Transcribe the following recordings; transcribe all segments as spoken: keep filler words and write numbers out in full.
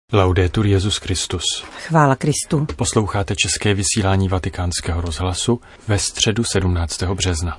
Laudetur Jesus Christus. Chvála Kristu. Posloucháte české vysílání Vatikánského rozhlasu ve středu sedmnáctého března.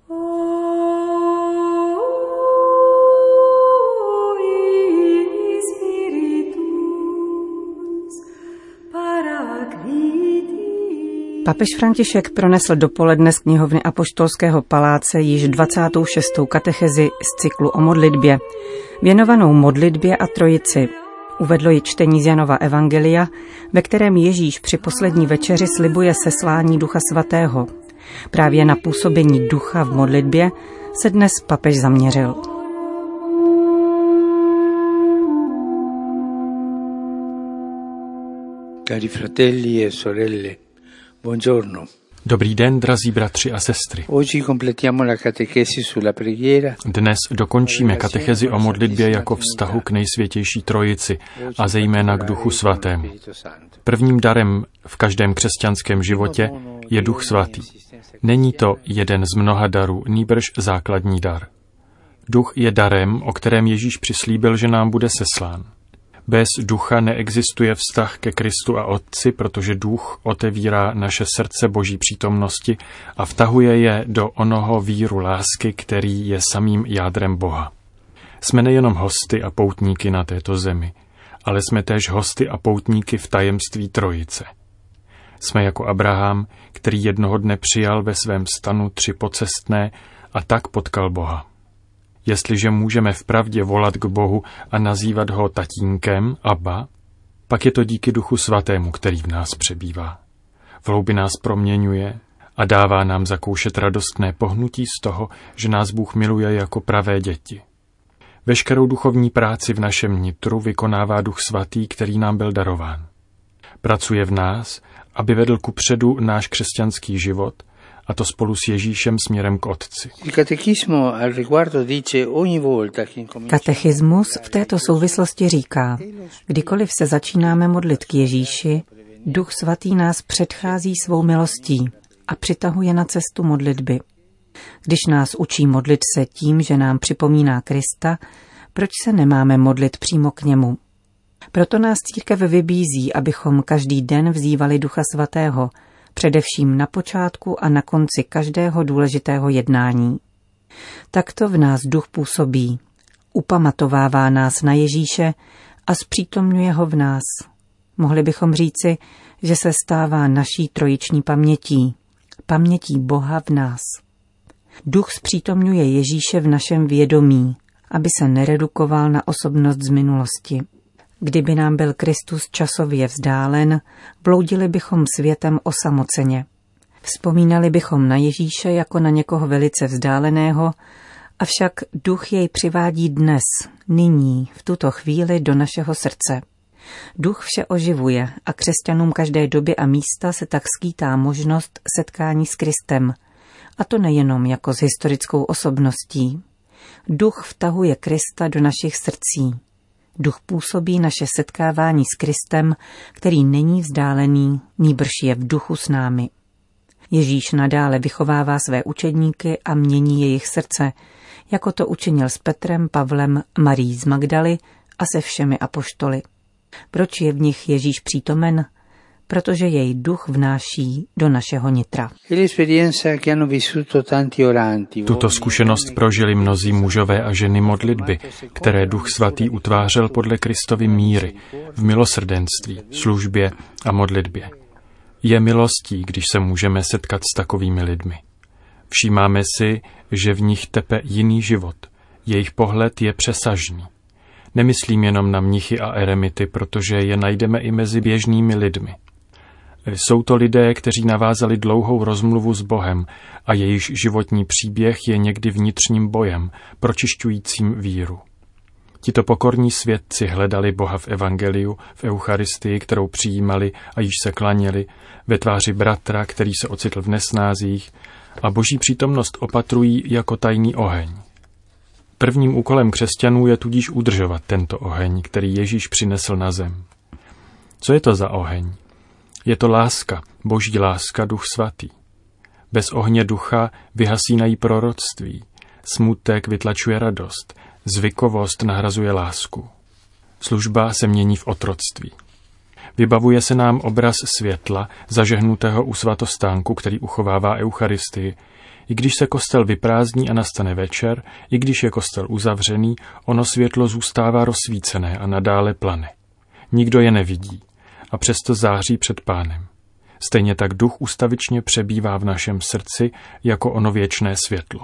Papež František pronesl dopoledne z knihovny Apoštolského paláce již dvacátou šestou katechezi z cyklu o modlitbě, věnovanou modlitbě a trojici. Uvedlo ji čtení z Janova evangelia, ve kterém Ježíš při poslední večeři slibuje seslání Ducha Svatého. Právě na působení ducha v modlitbě se dnes papež zaměřil. Cari fratelli e sorelle, buongiorno. Dobrý den, drazí bratři a sestry. Dnes dokončíme katechezi o modlitbě jako vztahu k nejsvětější trojici a zejména k Duchu Svatému. Prvním darem v každém křesťanském životě je Duch Svatý. Není to jeden z mnoha darů, nýbrž základní dar. Duch je darem, o kterém Ježíš přislíbil, že nám bude seslán. Bez ducha neexistuje vztah ke Kristu a Otci, protože duch otevírá naše srdce Boží přítomnosti a vtahuje je do onoho víru lásky, který je samým jádrem Boha. Jsme nejenom hosty a poutníky na této zemi, ale jsme též hosty a poutníky v tajemství Trojice. Jsme jako Abraham, který jednoho dne přijal ve svém stanu tři pocestné a tak potkal Boha. Jestliže můžeme vpravdě volat k Bohu a nazývat ho tatínkem, Abba, pak je to díky Duchu Svatému, který v nás přebývá. V hloubi nás proměňuje a dává nám zakoušet radostné pohnutí z toho, že nás Bůh miluje jako pravé děti. Veškerou duchovní práci v našem nitru vykonává Duch Svatý, který nám byl darován. Pracuje v nás, aby vedl kupředu náš křesťanský život, a to spolu s Ježíšem směrem k Otci. Katechismus v této souvislosti říká, kdykoliv se začínáme modlit k Ježíši, Duch Svatý nás předchází svou milostí a přitahuje na cestu modlitby. Když nás učí modlit se tím, že nám připomíná Krista, proč se nemáme modlit přímo k němu? Proto nás církev vybízí, abychom každý den vzývali Ducha Svatého, především na počátku a na konci každého důležitého jednání. Takto v nás duch působí, upamatovává nás na Ježíše a zpřítomňuje ho v nás. Mohli bychom říci, že se stává naší trojiční pamětí, pamětí Boha v nás. Duch zpřítomňuje Ježíše v našem vědomí, aby se neredukoval na osobnost z minulosti. Kdyby nám byl Kristus časově vzdálen, bloudili bychom světem osamoceně. Vzpomínali bychom na Ježíše jako na někoho velice vzdáleného, avšak duch jej přivádí dnes, nyní, v tuto chvíli do našeho srdce. Duch vše oživuje a křesťanům každé doby a místa se tak skýtá možnost setkání s Kristem, a to nejenom jako s historickou osobností. Duch vtahuje Krista do našich srdcí. Duch působí naše setkávání s Kristem, který není vzdálený, nýbrž je v duchu s námi. Ježíš nadále vychovává své učedníky a mění jejich srdce, jako to učinil s Petrem, Pavlem, Marií z Magdaly a se všemi apoštoly. Proč je v nich Ježíš přítomen? Protože jej duch vnáší do našeho nitra. Tuto zkušenost prožili mnozí mužové a ženy modlitby, které Duch Svatý utvářel podle Kristovy míry, v milosrdenství, službě a modlitbě. Je milostí, když se můžeme setkat s takovými lidmi. Všímáme si, že v nich tepe jiný život. Jejich pohled je přesažný. Nemyslím jenom na mnichy a eremity, protože je najdeme i mezi běžnými lidmi. Jsou to lidé, kteří navázali dlouhou rozmluvu s Bohem a jejíž životní příběh je někdy vnitřním bojem, pročišťujícím víru. Tito pokorní svědci hledali Boha v evangeliu, v Eucharistii, kterou přijímali a již se klaněli, ve tváři bratra, který se ocitl v nesnázích, a Boží přítomnost opatrují jako tajný oheň. Prvním úkolem křesťanů je tudíž udržovat tento oheň, který Ježíš přinesl na zem. Co je to za oheň? Je to láska, Boží láska, Duch Svatý. Bez ohně ducha vyhasínají proroctví, smutek vytlačuje radost, zvykovost nahrazuje lásku. Služba se mění v otroctví. Vybavuje se nám obraz světla, zažehnutého u svatostánku, který uchovává Eucharistii. I když se kostel vyprázdní a nastane večer, i když je kostel uzavřený, ono světlo zůstává rozsvícené a nadále plane. Nikdo je nevidí a přesto září před Pánem. Stejně tak duch ustavičně přebývá v našem srdci jako ono věčné světlo.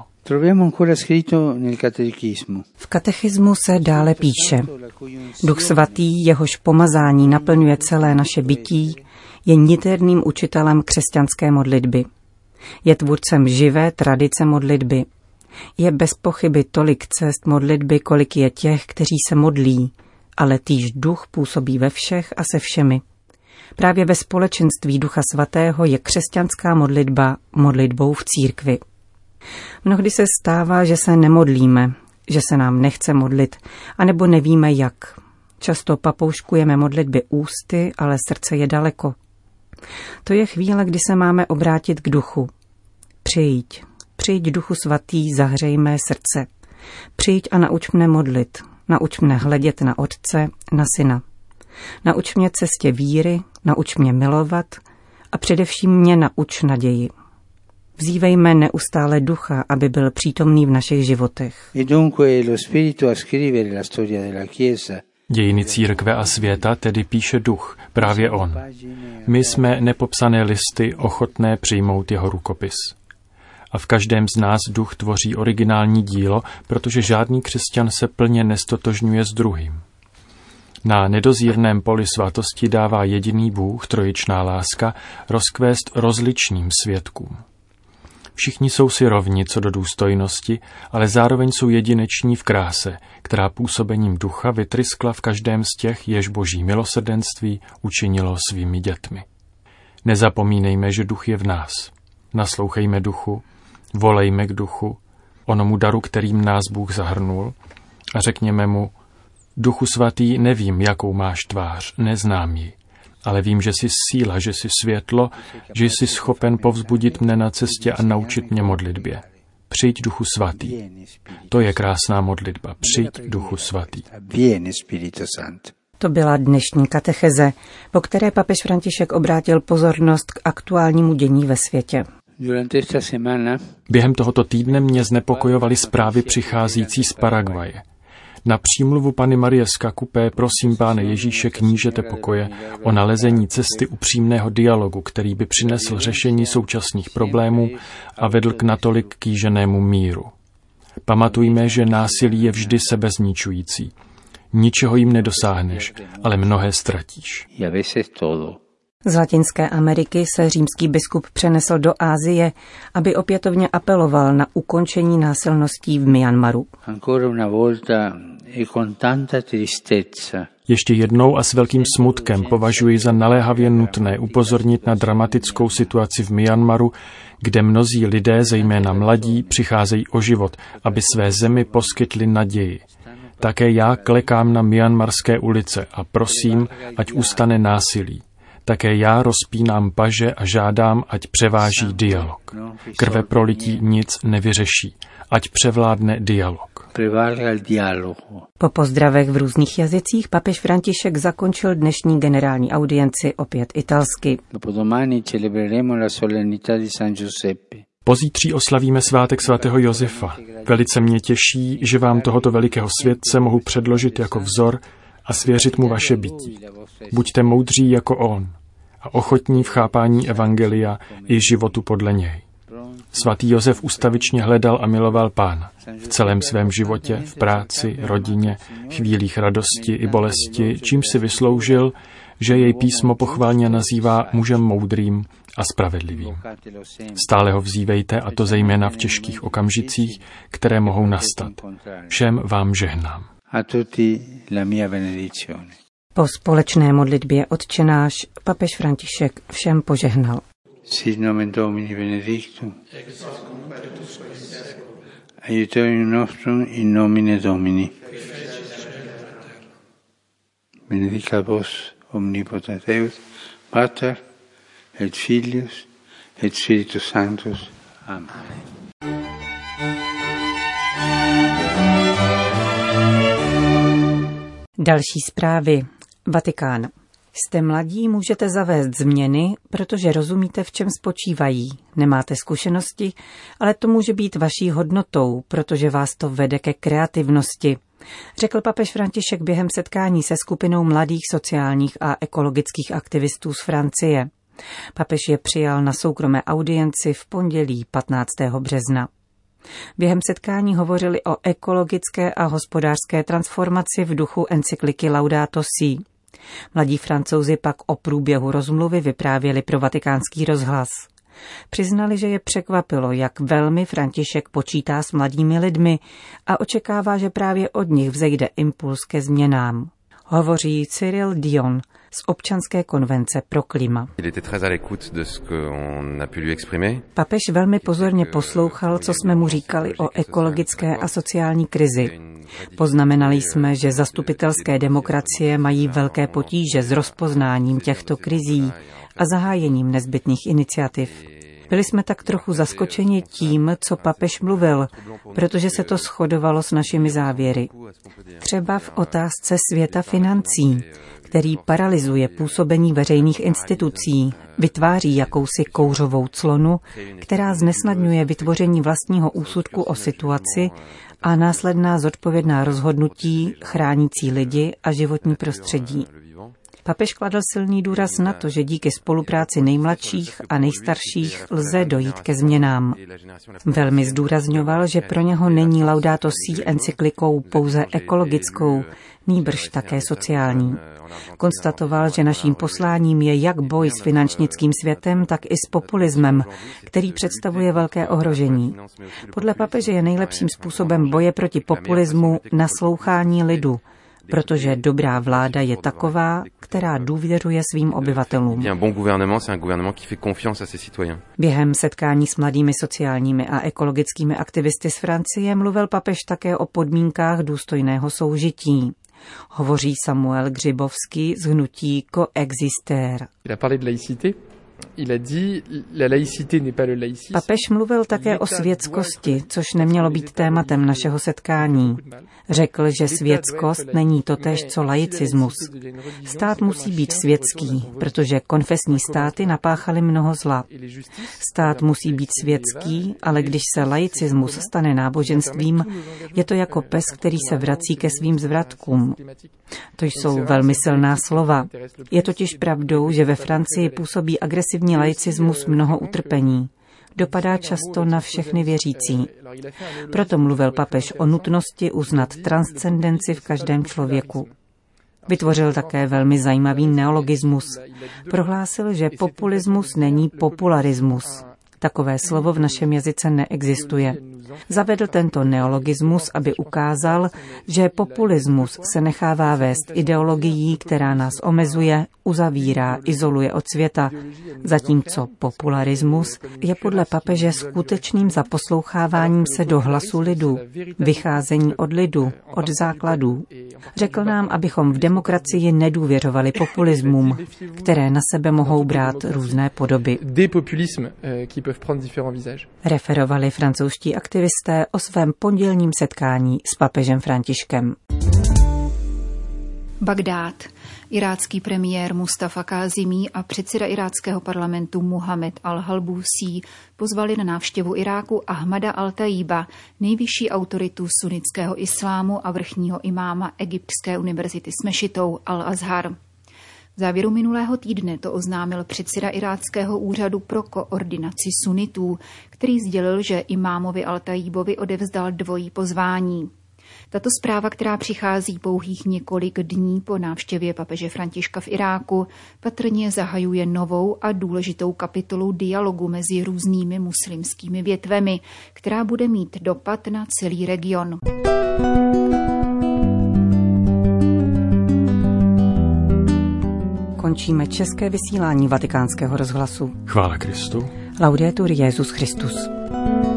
V katechismu se dále píše: Duch svatý, jehož pomazání naplňuje celé naše bytí, je niterným učitelem křesťanské modlitby. Je tvůrcem živé tradice modlitby. Je bez pochyby tolik cest modlitby, kolik je těch, kteří se modlí, ale týž duch působí ve všech a se všemi. Právě ve společenství Ducha svatého je křesťanská modlitba modlitbou v církvi. Mnohdy se stává, že se nemodlíme, že se nám nechce modlit, anebo nevíme jak. Často papouškujeme modlitby ústy, ale srdce je daleko. To je chvíle, kdy se máme obrátit k duchu. Přijď, přijď Duchu svatý, zahřej mé srdce. Přijď a nauč mne modlit, nauč mne hledět na Otce, na Syna. Nauč mě cestě víry, nauč mě milovat a především mě nauč naději. Vzívejme neustále ducha, aby byl přítomný v našich životech. Dějiny církve a světa tedy píše duch, právě on. My jsme nepopsané listy, ochotné přijmout jeho rukopis. A v každém z nás duch tvoří originální dílo, protože žádný křesťan se plně nestotožňuje s druhým. Na nedozírném poli svatosti dává jediný Bůh, trojičná láska, rozkvést rozličným svědkům. Všichni jsou si rovni co do důstojnosti, ale zároveň jsou jedineční v kráse, která působením ducha vytryskla v každém z těch, jež boží milosrdenství učinilo svými dětmi. Nezapomínejme, že duch je v nás. Naslouchejme duchu, volejme k duchu, onomu daru, kterým nás Bůh zahrnul, a řekněme mu: Duchu svatý, nevím, jakou máš tvář, neznám ji, ale vím, že jsi síla, že jsi světlo, že jsi schopen povzbudit mne na cestě a naučit mě modlitbě. Přijď, Duchu svatý. To je krásná modlitba. Přijď, Duchu svatý. To byla dnešní katecheze, po které papež František obrátil pozornost k aktuálnímu dění ve světě. Během tohoto týdne mě znepokojovaly zprávy přicházející z Paraguaje. Na přímluvu Panny Marie Skakupé prosím Páne Ježíše, knížete pokoje, o nalezení cesty upřímného dialogu, který by přinesl řešení současných problémů a vedl k natolik kýženému míru. Pamatujme, že násilí je vždy sebezničující. Ničeho jim nedosáhneš, ale mnohé ztratíš. Z Latinské Ameriky se římský biskup přenesl do Asie, aby opětovně apeloval na ukončení násilností v Myanmaru. Ještě jednou a s velkým smutkem považuji za naléhavě nutné upozornit na dramatickou situaci v Myanmaru, kde mnozí lidé, zejména mladí, přicházejí o život, aby své zemi poskytli naději. Také já klekám na myanmarské ulice a prosím, ať ustane násilí. Také já rozpínám paže a žádám, ať převáží dialog. Krve prolití nic nevyřeší. Ať převládne dialog. Po pozdravech v různých jazycích papež František zakončil dnešní generální audienci opět italsky. Pozítří oslavíme svátek svatého Josefa. Velice mě těší, že vám tohoto velikého světce mohu předložit jako vzor a svěřit mu vaše bytí. Buďte moudří jako on a ochotní v chápání evangelia i životu podle něj. Svatý Josef ustavičně hledal a miloval Pána. V celém svém životě, v práci, rodině, chvílích radosti i bolesti, čím si vysloužil, že jej písmo pochválně nazývá mužem moudrým a spravedlivým. Stále ho vzívejte, a to zejména v těžkých okamžicích, které mohou nastat. Všem vám žehnám. Po společné modlitbě Otčenáš papež František všem požehnal. Sit nomen Domini benedictum. Aiutorium nostrum in nomine Domini. Benedicat vos omnipotens Deus, Pater et Filius et Spiritus Sanctus. Amen. Další zprávy. Vatikán. Jste mladí, můžete zavést změny, protože rozumíte, v čem spočívají. Nemáte zkušenosti, ale to může být vaší hodnotou, protože vás to vede ke kreativnosti, řekl papež František během setkání se skupinou mladých sociálních a ekologických aktivistů z Francie. Papež je přijal na soukromé audienci v pondělí patnáctého března. Během setkání hovořili o ekologické a hospodářské transformaci v duchu encykliky Laudato Si. Mladí Francouzi pak o průběhu rozmluvy vyprávěli pro Vatikánský rozhlas. Přiznali, že je překvapilo, jak velmi František počítá s mladými lidmi a očekává, že právě od nich vzejde impuls ke změnám. Hovoří Cyril Dion z občanské konvence pro klima. Papež velmi pozorně poslouchal, co jsme mu říkali o ekologické a sociální krizi. Poznamenali jsme, že zastupitelské demokracie mají velké potíže s rozpoznáním těchto krizí a zahájením nezbytných iniciativ. Byli jsme tak trochu zaskočeni tím, co papež mluvil, protože se to shodovalo s našimi závěry. Třeba v otázce světa financí, který paralyzuje působení veřejných institucí, vytváří jakousi kouřovou clonu, která znesnadňuje vytvoření vlastního úsudku o situaci a následná zodpovědná rozhodnutí chránící lidi a životní prostředí. Papež kladl silný důraz na to, že díky spolupráci nejmladších a nejstarších lze dojít ke změnám. Velmi zdůrazňoval, že pro něho není Laudato Si encyklikou pouze ekologickou, nýbrž také sociální. Konstatoval, že naším posláním je jak boj s finančnickým světem, tak i s populismem, který představuje velké ohrožení. Podle papeže je nejlepším způsobem boje proti populismu naslouchání lidu, protože dobrá vláda je taková, která důvěřuje svým obyvatelům. Během setkání s mladými sociálními a ekologickými aktivisty z Francie mluvil papež také o podmínkách důstojného soužití. Hovoří Samuel Gřibovský z hnutí Coexister. Papež mluvil také o světskosti, což nemělo být tématem našeho setkání. Řekl, že světskost není totéž co laicismus. Stát musí být světský, protože konfesní státy napáchaly mnoho zla. Stát musí být světský, ale když se laicismus stane náboženstvím, je to jako pes, který se vrací ke svým zvratkům. To jsou velmi silná slova. Je totiž pravdou, že ve Francii působí agresivní laicismus mnoho utrpení. Dopadá často na všechny věřící. Proto mluvil papež o nutnosti uznat transcendenci v každém člověku. Vytvořil také velmi zajímavý neologismus. Prohlásil, že populismus není popularismus. Takové slovo v našem jazyce neexistuje. Zavedl tento neologismus, aby ukázal, že populismus se nechává vést ideologií, která nás omezuje, uzavírá, izoluje od světa, zatímco popularismus je podle papeže skutečným zaposloucháváním se do hlasu lidu, vycházení od lidu, od základů. Řekl nám, abychom v demokracii nedůvěřovali populismům, které na sebe mohou brát různé podoby. Referovali francouzští aktivisté o svém pondělním setkání s papežem Františkem. Bagdád. Irácký premiér Mustafa Kázimí a předseda iráckého parlamentu Muhammad al-Halbúsí pozvali na návštěvu Iráku Ahmada al-Tajíba, nejvyšší autoritu sunnického islámu a vrchního imáma Egyptské univerzity s mešitou Al-Azhar. V závěru minulého týdne to oznámil předseda iráckého úřadu pro koordinaci sunitů, který sdělil, že imámovi al-Tajíbovi odevzdal dvojí pozvání. Tato zpráva, která přichází pouhých několik dní po návštěvě papeže Františka v Iráku, patrně zahajuje novou a důležitou kapitolu dialogu mezi různými muslimskými větvemi, která bude mít dopad na celý region. Končíme české vysílání Vatikánského rozhlasu. Chvála Kristu. Laudetur Jesus Christus.